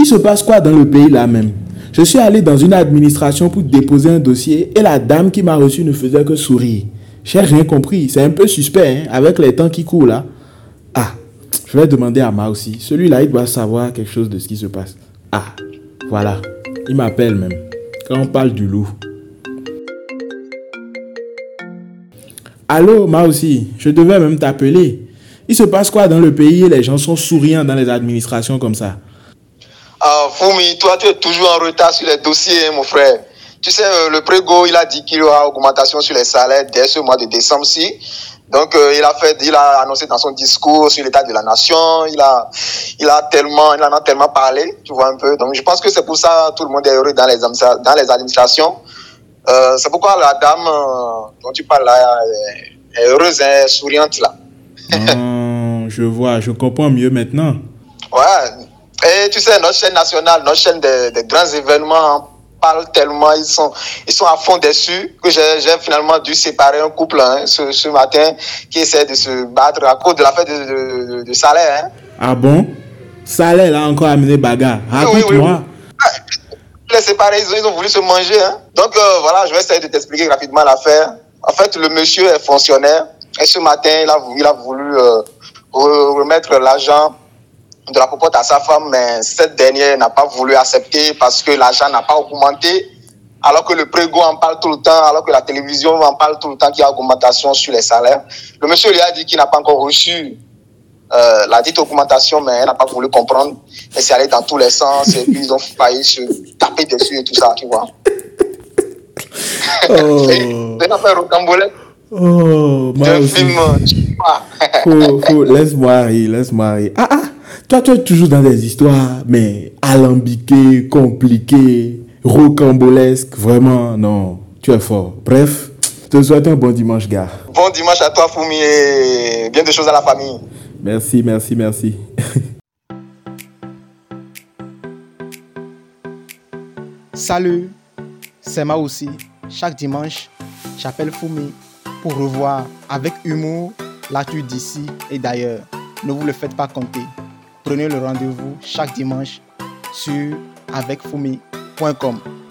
Il se passe quoi dans le pays là même? Je suis allé dans une administration pour déposer un dossier et la dame qui m'a reçu ne faisait que sourire. J'ai rien compris. C'est un peu suspect, hein, avec les temps qui courent là. Ah, je vais demander à Ma aussi. Celui-là, il doit savoir quelque chose de ce qui se passe. Ah, voilà. Il m'appelle même. Quand on parle du loup. Allô, Ma aussi. Je devais même t'appeler. Il se passe quoi dans le pays et les gens sont souriants dans les administrations comme ça? Fumi, toi, tu es toujours en retard sur les dossiers, hein, mon frère. Tu sais, le Prégo, il a dit qu'il y aura augmentation sur les salaires dès ce mois de décembre-ci. Donc, il a annoncé dans son discours sur l'état de la nation. Il en a tellement parlé, tu vois un peu. Donc, je pense que c'est pour ça tout le monde est heureux dans les administrations. C'est pourquoi la dame dont tu parles là est heureuse, est souriante là. Je vois, je comprends mieux maintenant. Ouais. Et tu sais, notre chaîne nationale, notre chaîne des grands événements parle tellement, ils sont à fond dessus que j'ai finalement dû séparer un couple ce matin qui essaie de se battre à cause de la fête de salaire. Hein. Ah bon? Salaire là encore amené bagarre. Raconte-moi. Les séparés, ils ont voulu se manger. Hein. Donc voilà, je vais essayer de t'expliquer rapidement l'affaire. En fait, le monsieur est fonctionnaire et ce matin, il a voulu remettre l'argent de la popote à sa femme, mais cette dernière n'a pas voulu accepter parce que l'argent n'a pas augmenté, alors que le Prégo en parle tout le temps, alors que la télévision en parle tout le temps qu'il y a augmentation sur les salaires. Le monsieur lui a dit qu'il n'a pas encore reçu la dite augmentation, mais elle n'a pas voulu comprendre. Et c'est allé dans tous les sens, et puis ils ont failli se taper dessus et tout ça, tu vois. Oh. C'est une affaire rocambolesque. Oh, moi aussi. Laisse-moi rire. Toi, tu es toujours dans des histoires, mais alambiquées, compliquées, rocambolesques. Vraiment, non, tu es fort. Bref, je te souhaite un bon dimanche, gars. Bon dimanche à toi, Fumi, et bien de choses à la famille. Merci. Salut, c'est moi aussi. Chaque dimanche, j'appelle Fumi pour revoir avec humour l'actu d'ici et d'ailleurs. Ne vous le faites pas compter. Prenez le rendez-vous chaque dimanche sur avecfumi.com.